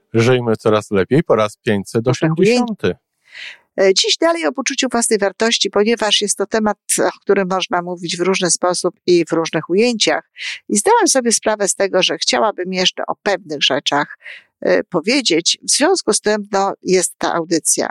Żyjmy coraz lepiej po raz 580. Dziś dalej o poczuciu własnej wartości, ponieważ jest to temat, o którym można mówić w różny sposób i w różnych ujęciach. I zdałam sobie sprawę z tego, że chciałabym jeszcze o pewnych rzeczach powiedzieć. W związku z tym jest ta audycja.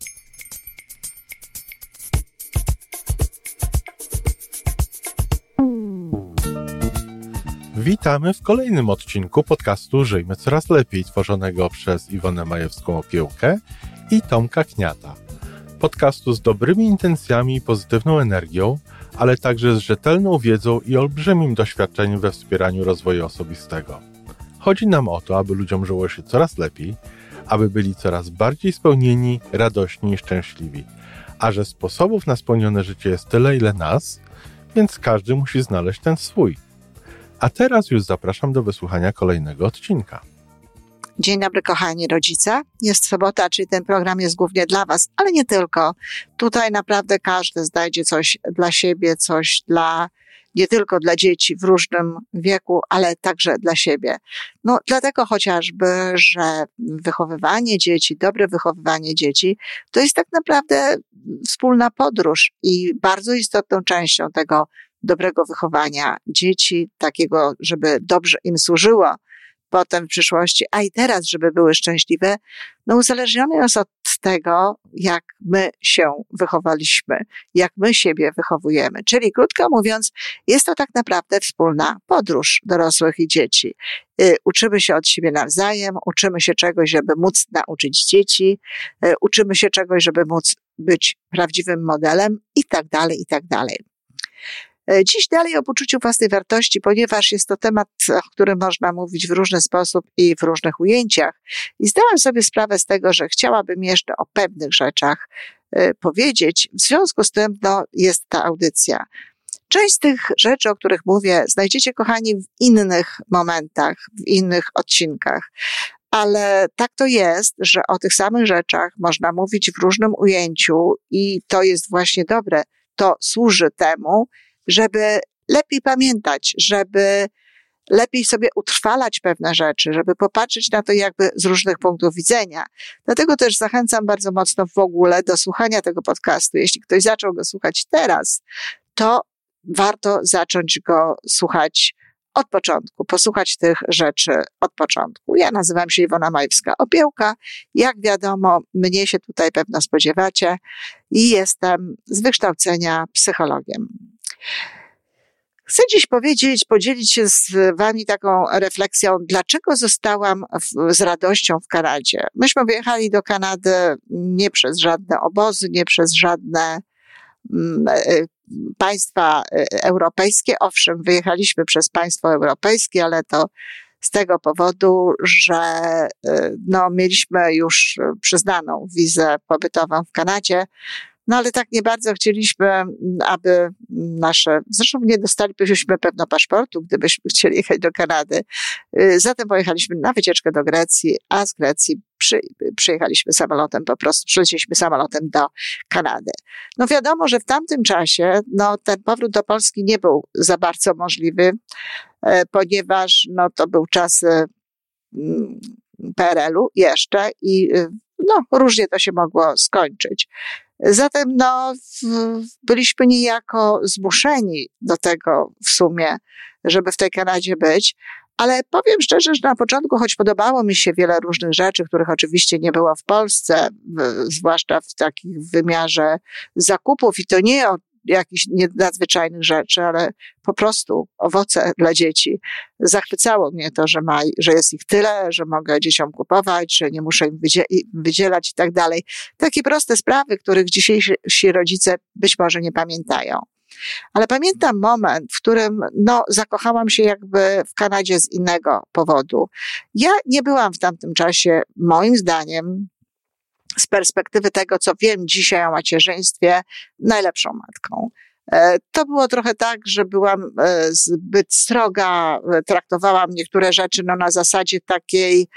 Witamy w kolejnym odcinku podcastu Żyjmy Coraz Lepiej, tworzonego przez Iwonę Majewską-Opiełkę i Tomka Kniata. Podcastu z dobrymi intencjami i pozytywną energią, ale także z rzetelną wiedzą i olbrzymim doświadczeniem we wspieraniu rozwoju osobistego. Chodzi nam o to, aby ludziom żyło się coraz lepiej, aby byli coraz bardziej spełnieni, radośni i szczęśliwi. A że sposobów na spełnione życie jest tyle, ile nas, więc każdy musi znaleźć ten swój. A teraz już zapraszam do wysłuchania kolejnego odcinka. Dzień dobry, kochani rodzice. Jest sobota, czyli ten program jest głównie dla was, ale nie tylko. Tutaj naprawdę każdy znajdzie coś dla siebie, nie tylko dla dzieci w różnym wieku, ale także dla siebie. Dlatego chociażby, że wychowywanie dzieci, dobre wychowywanie dzieci, to jest tak naprawdę wspólna podróż i bardzo istotną częścią tego dobrego wychowania dzieci, takiego, żeby dobrze im służyło potem w przyszłości, a i teraz, żeby były szczęśliwe, uzależnione jest od tego, jak my się wychowaliśmy, jak my siebie wychowujemy. Czyli krótko mówiąc, jest to tak naprawdę wspólna podróż dorosłych i dzieci. Uczymy się od siebie nawzajem, uczymy się czegoś, żeby móc nauczyć dzieci, uczymy się czegoś, żeby móc być prawdziwym modelem i tak dalej, i tak dalej. Dziś dalej o poczuciu własnej wartości, ponieważ jest to temat, o którym można mówić w różny sposób i w różnych ujęciach. I zdałam sobie sprawę z tego, że chciałabym jeszcze o pewnych rzeczach powiedzieć. W związku z tym jest ta audycja. Część z tych rzeczy, o których mówię, znajdziecie, kochani, w innych momentach, w innych odcinkach. Ale tak to jest, że o tych samych rzeczach można mówić w różnym ujęciu i to jest właśnie dobre. To służy temu, żeby lepiej pamiętać, żeby lepiej sobie utrwalać pewne rzeczy, żeby popatrzeć na to jakby z różnych punktów widzenia. Dlatego też zachęcam bardzo mocno w ogóle do słuchania tego podcastu. Jeśli ktoś zaczął go słuchać teraz, to warto zacząć go słuchać od początku, posłuchać tych rzeczy od początku. Ja nazywam się Iwona Majewska-Opiełka. Jak wiadomo, mnie się tutaj pewno spodziewacie i jestem z wykształcenia psychologiem. Chcę dziś podzielić się z wami taką refleksją, dlaczego zostałam z radością w Kanadzie. Myśmy wyjechali do Kanady nie przez żadne obozy, nie przez żadne państwa europejskie. Owszem, wyjechaliśmy przez państwo europejskie, ale to z tego powodu, że mieliśmy już przyznaną wizę pobytową w Kanadzie. Ale tak nie bardzo chcieliśmy, aby zresztą nie dostalibyśmy pewno paszportu, gdybyśmy chcieli jechać do Kanady. Zatem pojechaliśmy na wycieczkę do Grecji, a z Grecji przyjechaliśmy samolotem, po prostu przylecieliśmy samolotem do Kanady. Wiadomo, że w tamtym czasie, ten powrót do Polski nie był za bardzo możliwy, ponieważ, to był czas PRL-u jeszcze i, różnie to się mogło skończyć. Zatem byliśmy niejako zmuszeni do tego w sumie, żeby w tej Kanadzie być, ale powiem szczerze, że na początku, choć podobało mi się wiele różnych rzeczy, których oczywiście nie było w Polsce, zwłaszcza w takim wymiarze zakupów i to nie o jakichś nadzwyczajnych rzeczy, ale po prostu owoce dla dzieci. Zachwycało mnie to, że jest ich tyle, że mogę dzieciom kupować, że nie muszę im wydzielać i tak dalej. Takie proste sprawy, których dzisiejsi rodzice być może nie pamiętają. Ale pamiętam moment, w którym zakochałam się jakby w Kanadzie z innego powodu. Ja nie byłam w tamtym czasie, moim zdaniem, z perspektywy tego, co wiem dzisiaj o macierzyństwie, najlepszą matką. To było trochę tak, że byłam zbyt stroga, traktowałam niektóre rzeczy na zasadzie takiej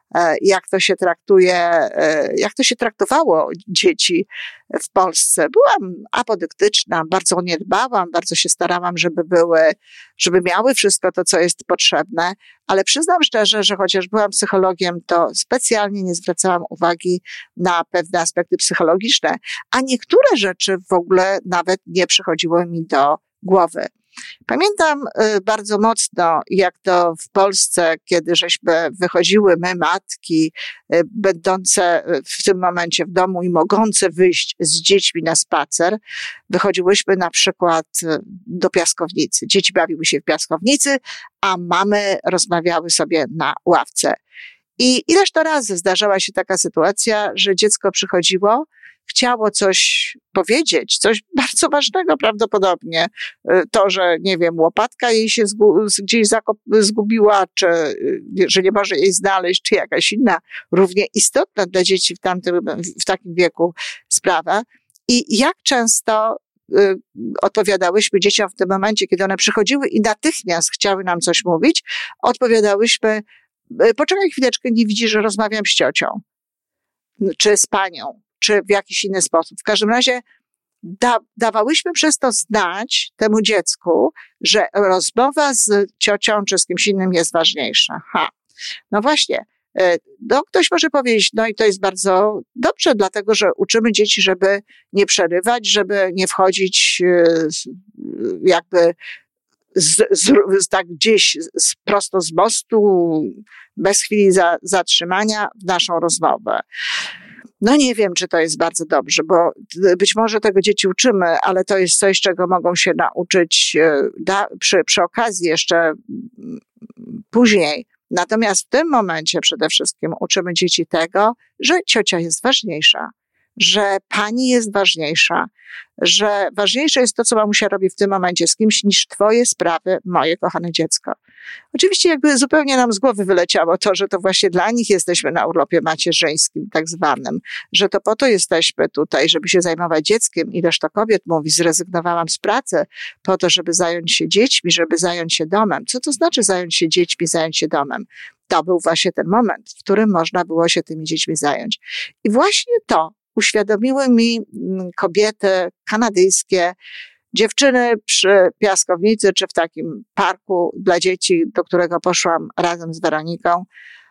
jak to się traktuje, jak to się traktowało dzieci w Polsce. Byłam apodyktyczna, bardzo o nie dbałam, bardzo się starałam, żeby miały wszystko to, co jest potrzebne, ale przyznam szczerze, że chociaż byłam psychologiem, to specjalnie nie zwracałam uwagi na pewne aspekty psychologiczne, a niektóre rzeczy w ogóle nawet nie przychodziły mi do głowy. Pamiętam bardzo mocno, jak to w Polsce, kiedy żeśmy wychodziły, my matki, będące w tym momencie w domu i mogące wyjść z dziećmi na spacer, wychodziłyśmy na przykład do piaskownicy. Dzieci bawiły się w piaskownicy, a mamy rozmawiały sobie na ławce. I ileż to razy zdarzała się taka sytuacja, że dziecko przychodziło, chciało coś powiedzieć, coś bardzo ważnego prawdopodobnie. To, że, nie wiem, łopatka jej się gdzieś zgubiła, czy że nie może jej znaleźć, czy jakaś inna, równie istotna dla dzieci w takim wieku sprawa. I jak często odpowiadałyśmy dzieciom w tym momencie, kiedy one przychodziły i natychmiast chciały nam coś mówić, odpowiadałyśmy: poczekaj chwileczkę, nie widzisz, że rozmawiam z ciocią, czy z panią, czy w jakiś inny sposób. W każdym razie dawałyśmy przez to znać temu dziecku, że rozmowa z ciocią czy z kimś innym jest ważniejsza. No właśnie. No, ktoś może powiedzieć, no i to jest bardzo dobrze, dlatego że uczymy dzieci, żeby nie przerywać, żeby nie wchodzić jakby tak gdzieś prosto z mostu, bez chwili zatrzymania w naszą rozmowę. No nie wiem, czy to jest bardzo dobrze, bo być może tego dzieci uczymy, ale to jest coś, czego mogą się nauczyć przy okazji jeszcze później. Natomiast w tym momencie przede wszystkim uczymy dzieci tego, że ciocia jest ważniejsza, że pani jest ważniejsza, że ważniejsze jest to, co mamusia robi w tym momencie z kimś, niż twoje sprawy, moje kochane dziecko. Oczywiście jakby zupełnie nam z głowy wyleciało to, że to właśnie dla nich jesteśmy na urlopie macierzyńskim tak zwanym, że to po to jesteśmy tutaj, żeby się zajmować dzieckiem. Ileż to kobiet mówi: zrezygnowałam z pracy po to, żeby zająć się dziećmi, żeby zająć się domem. Co to znaczy zająć się dziećmi, zająć się domem? To był właśnie ten moment, w którym można było się tymi dziećmi zająć. I właśnie to uświadomiły mi kobiety kanadyjskie, dziewczyny przy piaskownicy, czy w takim parku dla dzieci, do którego poszłam razem z Weroniką.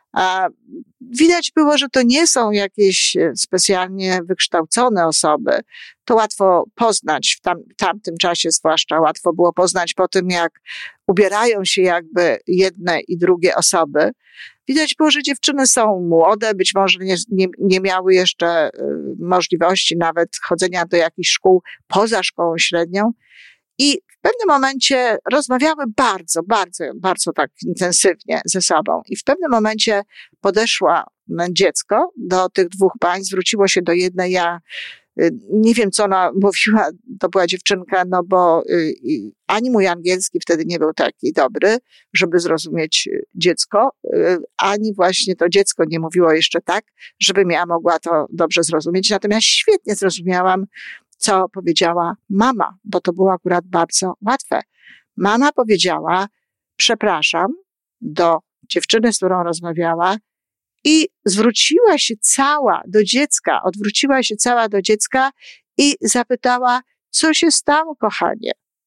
Widać było, że to nie są jakieś specjalnie wykształcone osoby. To łatwo poznać w tamtym czasie, zwłaszcza łatwo było poznać po tym, jak ubierają się jakby jedne i drugie osoby. Widać było, że dziewczyny są młode, być może nie miały jeszcze możliwości nawet chodzenia do jakichś szkół poza szkołą średnią. I w pewnym momencie rozmawiały bardzo tak intensywnie ze sobą. I w pewnym momencie podeszła dziecko do tych dwóch pań, zwróciło się do jednej. Ja nie wiem, co ona mówiła, to była dziewczynka, no bo ani mój angielski wtedy nie był taki dobry, żeby zrozumieć dziecko, ani właśnie to dziecko nie mówiło jeszcze tak, żebym ja mogła to dobrze zrozumieć. Natomiast świetnie zrozumiałam, co powiedziała mama, bo to było akurat bardzo łatwe. Mama powiedziała: przepraszam, do dziewczyny, z którą rozmawiała, i zwróciła się cała do dziecka, odwróciła się cała do dziecka i zapytała: co się stało, kochanie?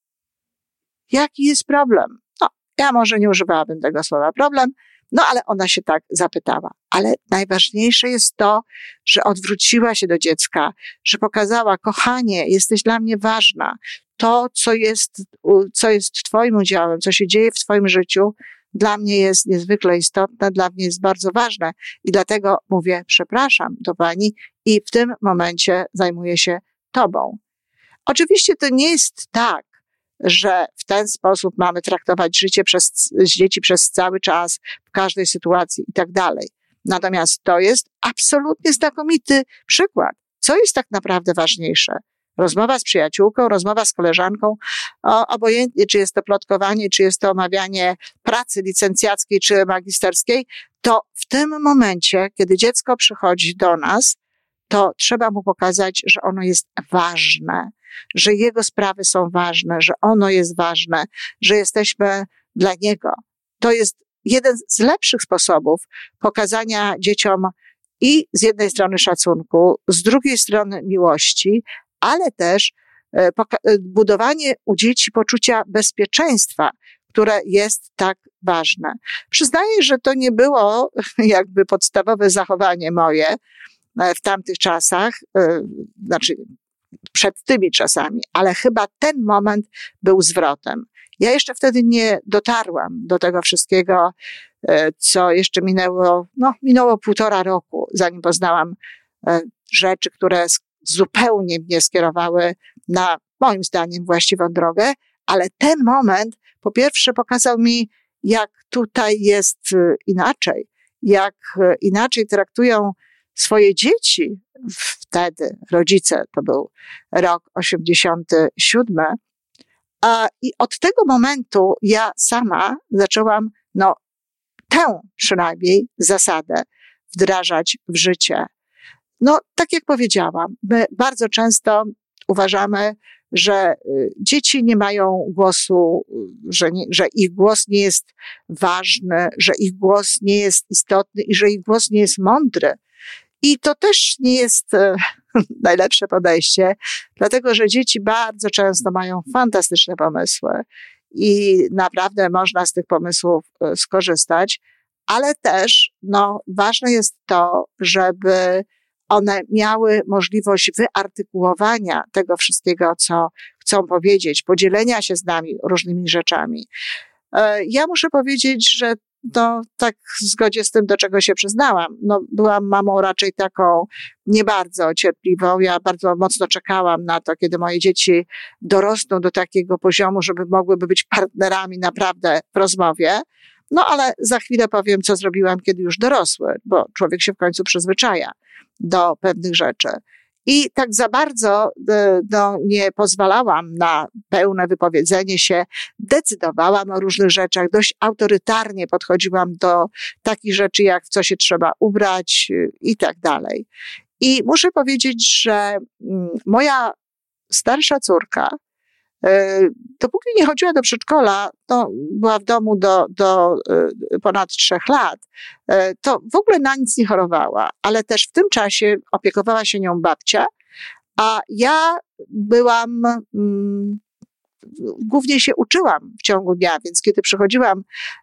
Jaki jest problem? No, ja może nie używałabym tego słowa problem, no ale ona się tak zapytała. Ale najważniejsze jest to, że odwróciła się do dziecka, że pokazała: kochanie, jesteś dla mnie ważna. To, co jest twoim udziałem, co się dzieje w twoim życiu, dla mnie jest niezwykle istotne, dla mnie jest bardzo ważne i dlatego mówię: przepraszam do pani i w tym momencie zajmuję się tobą. Oczywiście to nie jest tak, że w ten sposób mamy traktować życie dzieci przez cały czas, w każdej sytuacji i tak dalej. Natomiast to jest absolutnie znakomity przykład. Co jest tak naprawdę ważniejsze? Rozmowa z przyjaciółką, rozmowa z koleżanką, obojętnie czy jest to plotkowanie, czy jest to omawianie pracy licencjackiej, czy magisterskiej, to w tym momencie, kiedy dziecko przychodzi do nas, to trzeba mu pokazać, że ono jest ważne, że jego sprawy są ważne, że ono jest ważne, że jesteśmy dla niego. To jest jeden z lepszych sposobów pokazania dzieciom i z jednej strony szacunku, z drugiej strony miłości, ale też budowanie u dzieci poczucia bezpieczeństwa, które jest tak ważne. Przyznaję, że to nie było jakby podstawowe zachowanie moje w tamtych czasach, znaczy przed tymi czasami, ale chyba ten moment był zwrotem. Ja jeszcze wtedy nie dotarłam do tego wszystkiego, co jeszcze minęło 1,5 roku, zanim poznałam rzeczy, które zupełnie mnie skierowały na, moim zdaniem, właściwą drogę, ale ten moment po pierwsze pokazał mi, jak tutaj jest inaczej, jak inaczej traktują swoje dzieci wtedy, rodzice, to był rok 87. I od tego momentu ja sama zaczęłam, tę przynajmniej zasadę wdrażać w życie. Tak jak powiedziałam, my bardzo często uważamy, że dzieci nie mają głosu, że ich głos nie jest ważny, że ich głos nie jest istotny i że ich głos nie jest mądry. I to też nie jest najlepsze podejście, dlatego że dzieci bardzo często mają fantastyczne pomysły i naprawdę można z tych pomysłów skorzystać, ale też ważne jest to, żeby one miały możliwość wyartykułowania tego wszystkiego, co chcą powiedzieć, podzielenia się z nami różnymi rzeczami. Ja muszę powiedzieć, że tak w zgodzie z tym, do czego się przyznałam. Byłam mamą raczej taką nie bardzo cierpliwą. Ja bardzo mocno czekałam na to, kiedy moje dzieci dorosną do takiego poziomu, żeby mogłyby być partnerami naprawdę w rozmowie. Ale za chwilę powiem, co zrobiłam, kiedy już dorosły, bo człowiek się w końcu przyzwyczaja do pewnych rzeczy. I tak za bardzo nie pozwalałam na pełne wypowiedzenie się, decydowałam o różnych rzeczach, dość autorytarnie podchodziłam do takich rzeczy, jak w co się trzeba ubrać i tak dalej. I muszę powiedzieć, że moja starsza córka, dopóki nie chodziła do przedszkola, była w domu do ponad 3 lat, to w ogóle na nic nie chorowała, ale też w tym czasie opiekowała się nią babcia, a ja byłam, głównie się uczyłam w ciągu dnia, więc kiedy przychodziłam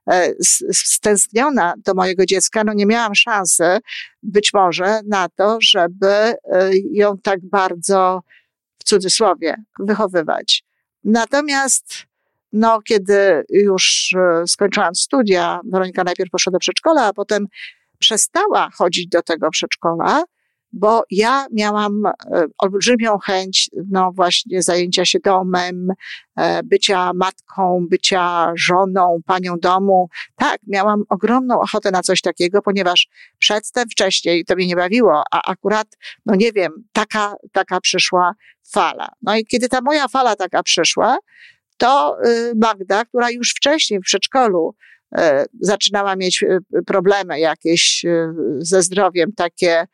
stęskniona do mojego dziecka, nie miałam szansy być może na to, żeby ją tak bardzo, w cudzysłowie, wychowywać. Natomiast, kiedy już skończyłam studia, Weronika najpierw poszła do przedszkola, a potem przestała chodzić do tego przedszkola, bo ja miałam olbrzymią chęć, właśnie zajęcia się domem, bycia matką, bycia żoną, panią domu. Tak, miałam ogromną ochotę na coś takiego, ponieważ przedtem, wcześniej to mnie nie bawiło, a akurat, nie wiem, taka przyszła fala. I kiedy ta moja fala taka przyszła, to Magda, która już wcześniej w przedszkolu zaczynała mieć problemy jakieś ze zdrowiem, takie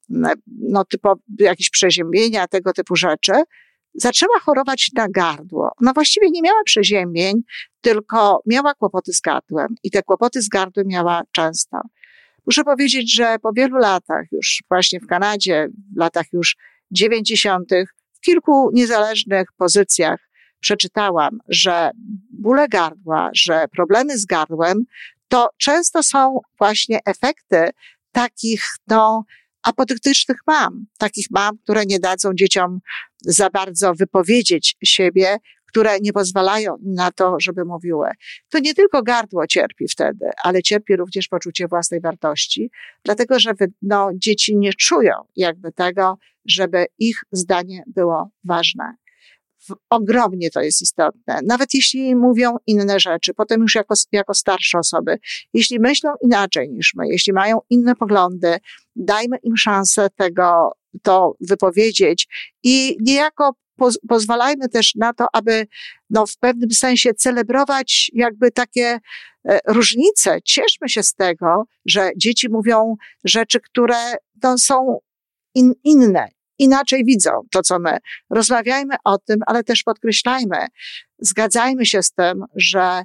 jakieś przeziębienia, tego typu rzeczy, zaczęła chorować na gardło. Właściwie nie miała przeziębień, tylko miała kłopoty z gardłem i te kłopoty z gardłem miała często. Muszę powiedzieć, że po wielu latach już właśnie w Kanadzie, w latach już 90., w kilku niezależnych pozycjach przeczytałam, że bóle gardła, że problemy z gardłem to często są właśnie efekty takich, apodyktycznych mam, takich mam, które nie dadzą dzieciom za bardzo wypowiedzieć siebie, które nie pozwalają im na to, żeby mówiły. To nie tylko gardło cierpi wtedy, ale cierpi również poczucie własnej wartości, dlatego że dzieci nie czują jakby tego, żeby ich zdanie było ważne. Ogromnie to jest istotne. Nawet jeśli mówią inne rzeczy, potem już jako starsze osoby, jeśli myślą inaczej niż my, jeśli mają inne poglądy, dajmy im szansę to wypowiedzieć i niejako pozwalajmy też na to, aby w pewnym sensie celebrować jakby takie różnice. Cieszmy się z tego, że dzieci mówią rzeczy, które są inne. Inaczej widzą to, co my. Rozmawiajmy o tym, ale też podkreślajmy, zgadzajmy się z tym, że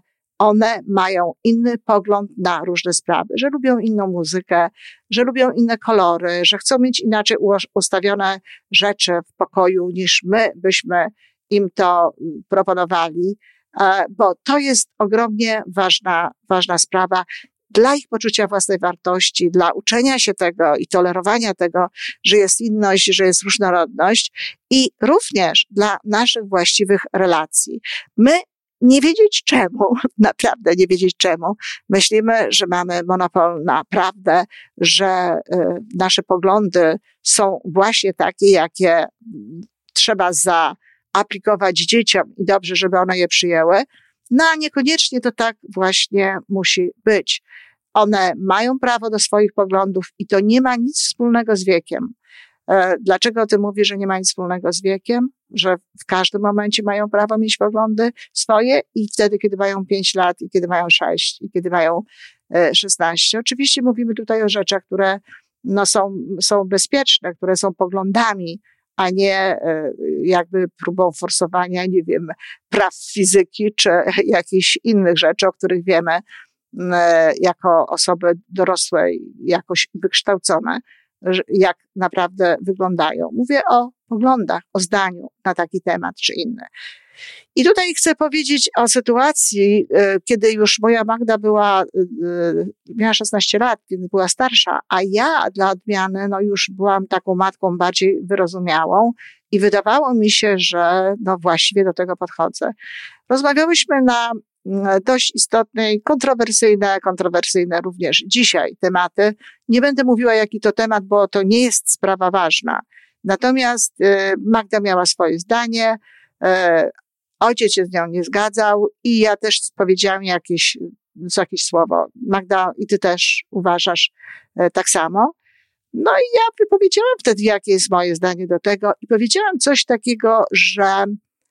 one mają inny pogląd na różne sprawy, że lubią inną muzykę, że lubią inne kolory, że chcą mieć inaczej ustawione rzeczy w pokoju niż my byśmy im to proponowali, bo to jest ogromnie ważna sprawa dla ich poczucia własnej wartości, dla uczenia się tego i tolerowania tego, że jest inność, że jest różnorodność i również dla naszych właściwych relacji. My nie wiedzieć czemu, naprawdę nie wiedzieć czemu, myślimy, że mamy monopol na prawdę, że nasze poglądy są właśnie takie, jakie trzeba zaaplikować dzieciom i dobrze, żeby one je przyjęły. No a niekoniecznie to tak właśnie musi być. One mają prawo do swoich poglądów i to nie ma nic wspólnego z wiekiem. Dlaczego o tym mówię, że nie ma nic wspólnego z wiekiem? Że w każdym momencie mają prawo mieć poglądy swoje i wtedy, kiedy mają 5 lat, i kiedy mają 6, i kiedy mają 16. Oczywiście mówimy tutaj o rzeczach, które są bezpieczne, które są poglądami, a nie jakby próbą forsowania, nie wiem, praw fizyki czy jakichś innych rzeczy, o których wiemy jako osoby dorosłe, jakoś wykształcone, jak naprawdę wyglądają. Mówię o poglądach, o zdaniu na taki temat czy inny. I tutaj chcę powiedzieć o sytuacji, kiedy już moja Magda miała 16 lat, kiedy była starsza, a ja dla odmiany, już byłam taką matką bardziej wyrozumiałą i wydawało mi się, że właściwie do tego podchodzę. Rozmawiałyśmy na dość istotne i kontrowersyjne również dzisiaj tematy. Nie będę mówiła, jaki to temat, bo to nie jest sprawa ważna. Natomiast Magda miała swoje zdanie, ojciec się z nią nie zgadzał i ja też powiedziałam jakieś słowo. Magda, i ty też uważasz tak samo? No i ja wypowiedziałam wtedy, jakie jest moje zdanie do tego i powiedziałam coś takiego, że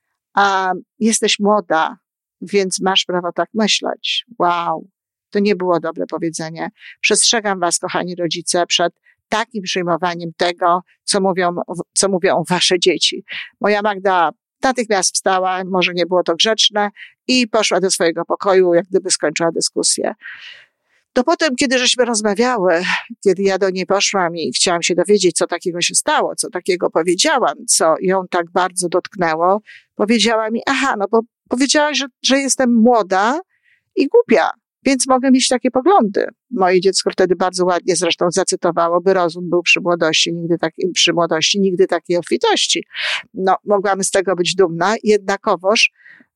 jesteś młoda, więc masz prawo tak myśleć. Wow, to nie było dobre powiedzenie. Przestrzegam was, kochani rodzice, przed takim przyjmowaniem tego, co mówią wasze dzieci. Moja Magda natychmiast wstała, może nie było to grzeczne i poszła do swojego pokoju, jak gdyby skończyła dyskusję. To potem, kiedy żeśmy rozmawiały, kiedy ja do niej poszłam i chciałam się dowiedzieć, co takiego się stało, co takiego powiedziałam, co ją tak bardzo dotknęło, powiedziała mi, bo powiedziałaś, że jestem młoda i głupia, więc mogę mieć takie poglądy. Moje dziecko wtedy bardzo ładnie zresztą zacytowało, by rozum był przy młodości, nigdy takiej obfitości. Mogłam z tego być dumna, jednakowoż,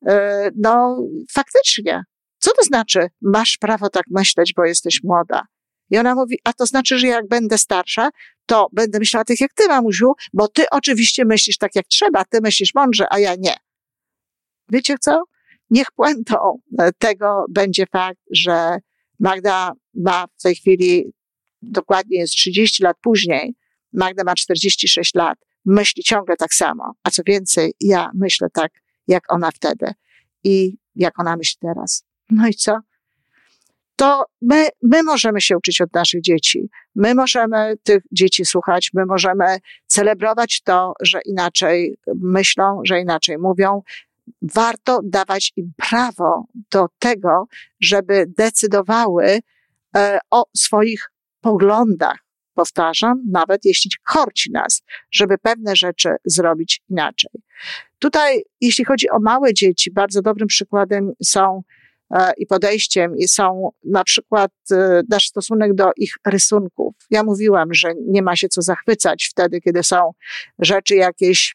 faktycznie, co to znaczy, masz prawo tak myśleć, bo jesteś młoda? I ona mówi, a to znaczy, że jak będę starsza, to będę myślała tak jak ty, mamusiu, bo ty oczywiście myślisz tak jak trzeba, ty myślisz mądrze, a ja nie. Wiecie co? Niech puentą tego będzie fakt, że Magda ma w tej chwili, dokładnie jest 30 lat później, Magda ma 46 lat, myśli ciągle tak samo, a co więcej, ja myślę tak, jak ona wtedy i jak ona myśli teraz. No i co? To my możemy się uczyć od naszych dzieci. My możemy tych dzieci słuchać, my możemy celebrować to, że inaczej myślą, że inaczej mówią. Warto dawać im prawo do tego, żeby decydowały o swoich poglądach. Powtarzam, nawet jeśli korci nas, żeby pewne rzeczy zrobić inaczej. Tutaj, jeśli chodzi o małe dzieci, bardzo dobrym przykładem i podejściem są na przykład nasz stosunek do ich rysunków. Ja mówiłam, że nie ma się co zachwycać wtedy, kiedy są rzeczy jakieś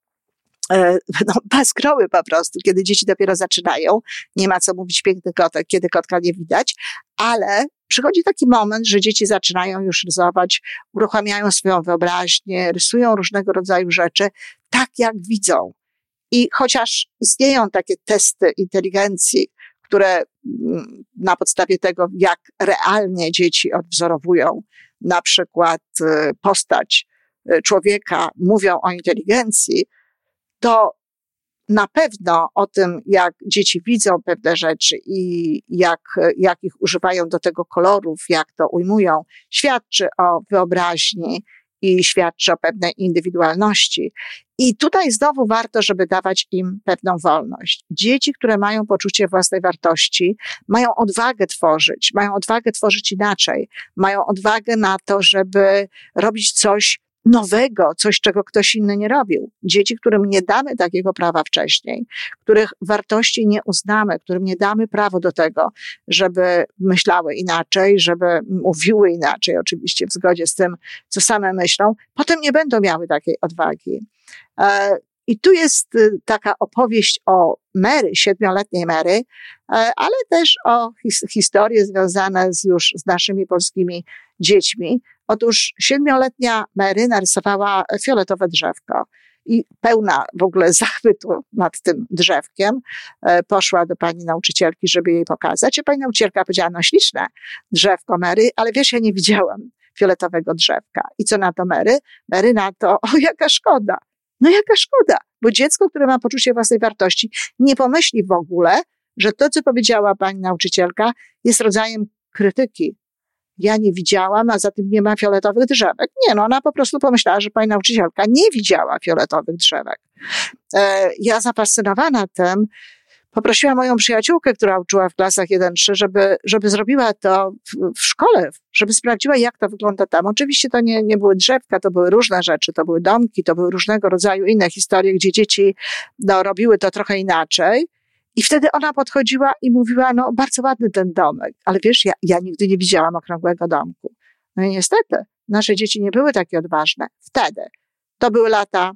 paskroły po prostu, kiedy dzieci dopiero zaczynają. Nie ma co mówić piękny kotek, kiedy kotka nie widać, ale przychodzi taki moment, że dzieci zaczynają już rysować, uruchamiają swoją wyobraźnię, rysują różnego rodzaju rzeczy tak, jak widzą. I chociaż istnieją takie testy inteligencji, które na podstawie tego, jak realnie dzieci odwzorowują na przykład postać człowieka, mówią o inteligencji, to na pewno o tym, jak dzieci widzą pewne rzeczy i jak ich używają do tego kolorów, jak to ujmują, świadczy o wyobraźni i świadczy o pewnej indywidualności. I tutaj znowu warto, żeby dawać im pewną wolność. Dzieci, które mają poczucie własnej wartości, mają odwagę tworzyć inaczej, mają odwagę na to, żeby robić coś nowego, coś, czego ktoś inny nie robił. Dzieci, którym nie damy takiego prawa wcześniej, których wartości nie uznamy, którym nie damy prawo do tego, żeby myślały inaczej, żeby mówiły inaczej, oczywiście w zgodzie z tym, co same myślą, potem nie będą miały takiej odwagi. I tu jest taka opowieść o Mary, 7-letniej Mary, ale też o historie związane już z naszymi polskimi dziećmi. Otóż 7-letnia Mary narysowała fioletowe drzewko i pełna w ogóle zachwytu nad tym drzewkiem poszła do pani nauczycielki, żeby jej pokazać. I pani nauczycielka powiedziała, no śliczne drzewko Mary, ale wiesz, ja nie widziałam fioletowego drzewka. I co na to Mary? Mary na to, o jaka szkoda. No jaka szkoda, bo dziecko, które ma poczucie własnej wartości, nie pomyśli w ogóle, że to, co powiedziała pani nauczycielka, jest rodzajem krytyki. Ja nie widziałam, a za tym nie ma fioletowych drzewek. Nie, no ona po prostu pomyślała, że pani nauczycielka nie widziała fioletowych drzewek. Ja zafascynowana tym, poprosiłam moją przyjaciółkę, która uczyła w klasach 1-3, żeby zrobiła to w szkole, żeby sprawdziła, jak to wygląda tam. Oczywiście to nie były drzewka, to były różne rzeczy, to były domki, to były różnego rodzaju inne historie, gdzie dzieci robiły to trochę inaczej. I wtedy ona podchodziła i mówiła, no bardzo ładny ten domek, ale wiesz, ja nigdy nie widziałam okrągłego domku. No i niestety, nasze dzieci nie były takie odważne. Wtedy. To były lata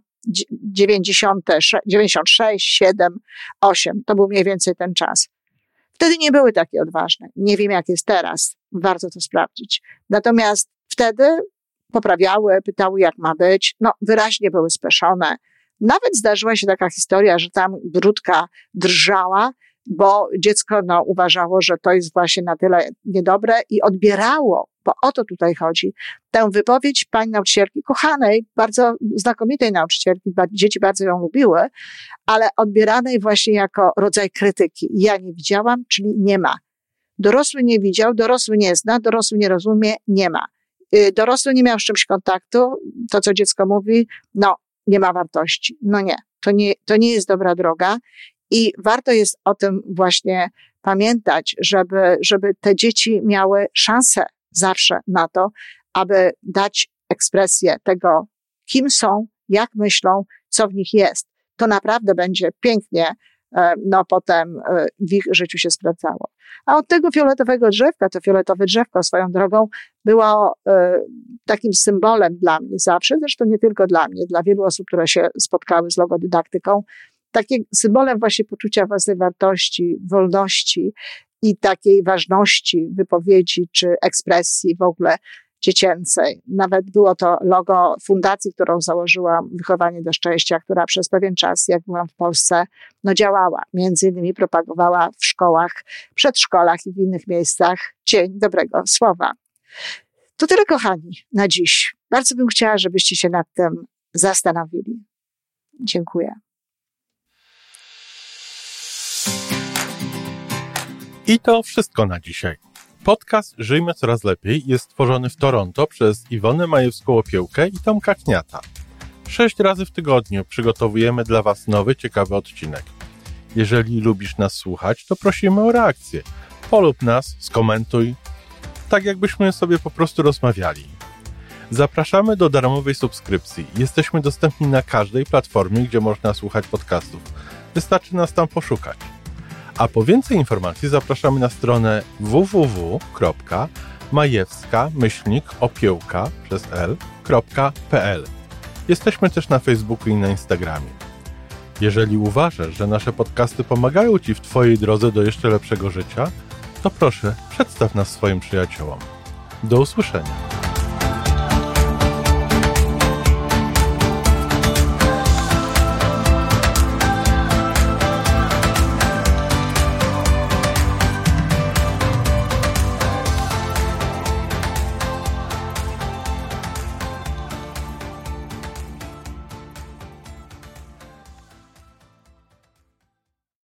96, 7, 8. To był mniej więcej ten czas. Wtedy nie były takie odważne. Nie wiem, jak jest teraz. Warto to sprawdzić. Natomiast wtedy poprawiały, pytały, jak ma być. No, wyraźnie były speszone. Nawet zdarzyła się taka historia, że tam grudka drżała, bo dziecko uważało, że to jest właśnie na tyle niedobre i odbierało, bo o to tutaj chodzi, tę wypowiedź pani nauczycielki, kochanej, bardzo znakomitej nauczycielki, dzieci bardzo ją lubiły, ale odbieranej właśnie jako rodzaj krytyki. Ja nie widziałam, czyli nie ma. Dorosły nie widział, dorosły nie zna, dorosły nie rozumie, nie ma. Dorosły nie miał z czymś kontaktu, to co dziecko mówi, nie ma wartości. No nie, to nie jest dobra droga i warto jest o tym właśnie pamiętać, żeby te dzieci miały szansę zawsze na to, aby dać ekspresję tego, kim są, jak myślą, co w nich jest. To naprawdę będzie pięknie potem w ich życiu się sprawdzało. A od tego fioletowego drzewka, to fioletowe drzewko swoją drogą było takim symbolem dla mnie zawsze, zresztą nie tylko dla mnie, dla wielu osób, które się spotkały z logodydaktyką, takim symbolem właśnie poczucia własnej wartości, wolności i takiej ważności wypowiedzi czy ekspresji w ogóle dziecięcej. Nawet było to logo fundacji, którą założyłam, Wychowanie do Szczęścia, która przez pewien czas, jak byłam w Polsce, działała. Między innymi propagowała w szkołach, przedszkolach i w innych miejscach Dzień Dobrego Słowa. To tyle, kochani, na dziś. Bardzo bym chciała, żebyście się nad tym zastanowili. Dziękuję. I to wszystko na dzisiaj. Podcast Żyjmy Coraz Lepiej jest stworzony w Toronto przez Iwonę Majewską-Opiełkę i Tomka Kniata. 6 razy w tygodniu przygotowujemy dla Was nowy, ciekawy odcinek. Jeżeli lubisz nas słuchać, to prosimy o reakcję. Polub nas, skomentuj, tak jakbyśmy sobie po prostu rozmawiali. Zapraszamy do darmowej subskrypcji. Jesteśmy dostępni na każdej platformie, gdzie można słuchać podcastów. Wystarczy nas tam poszukać. A po więcej informacji zapraszamy na stronę www.majewska-opiełka.pl. Jesteśmy też na Facebooku i na Instagramie. Jeżeli uważasz, że nasze podcasty pomagają Ci w Twojej drodze do jeszcze lepszego życia, to proszę, przedstaw nas swoim przyjaciołom. Do usłyszenia.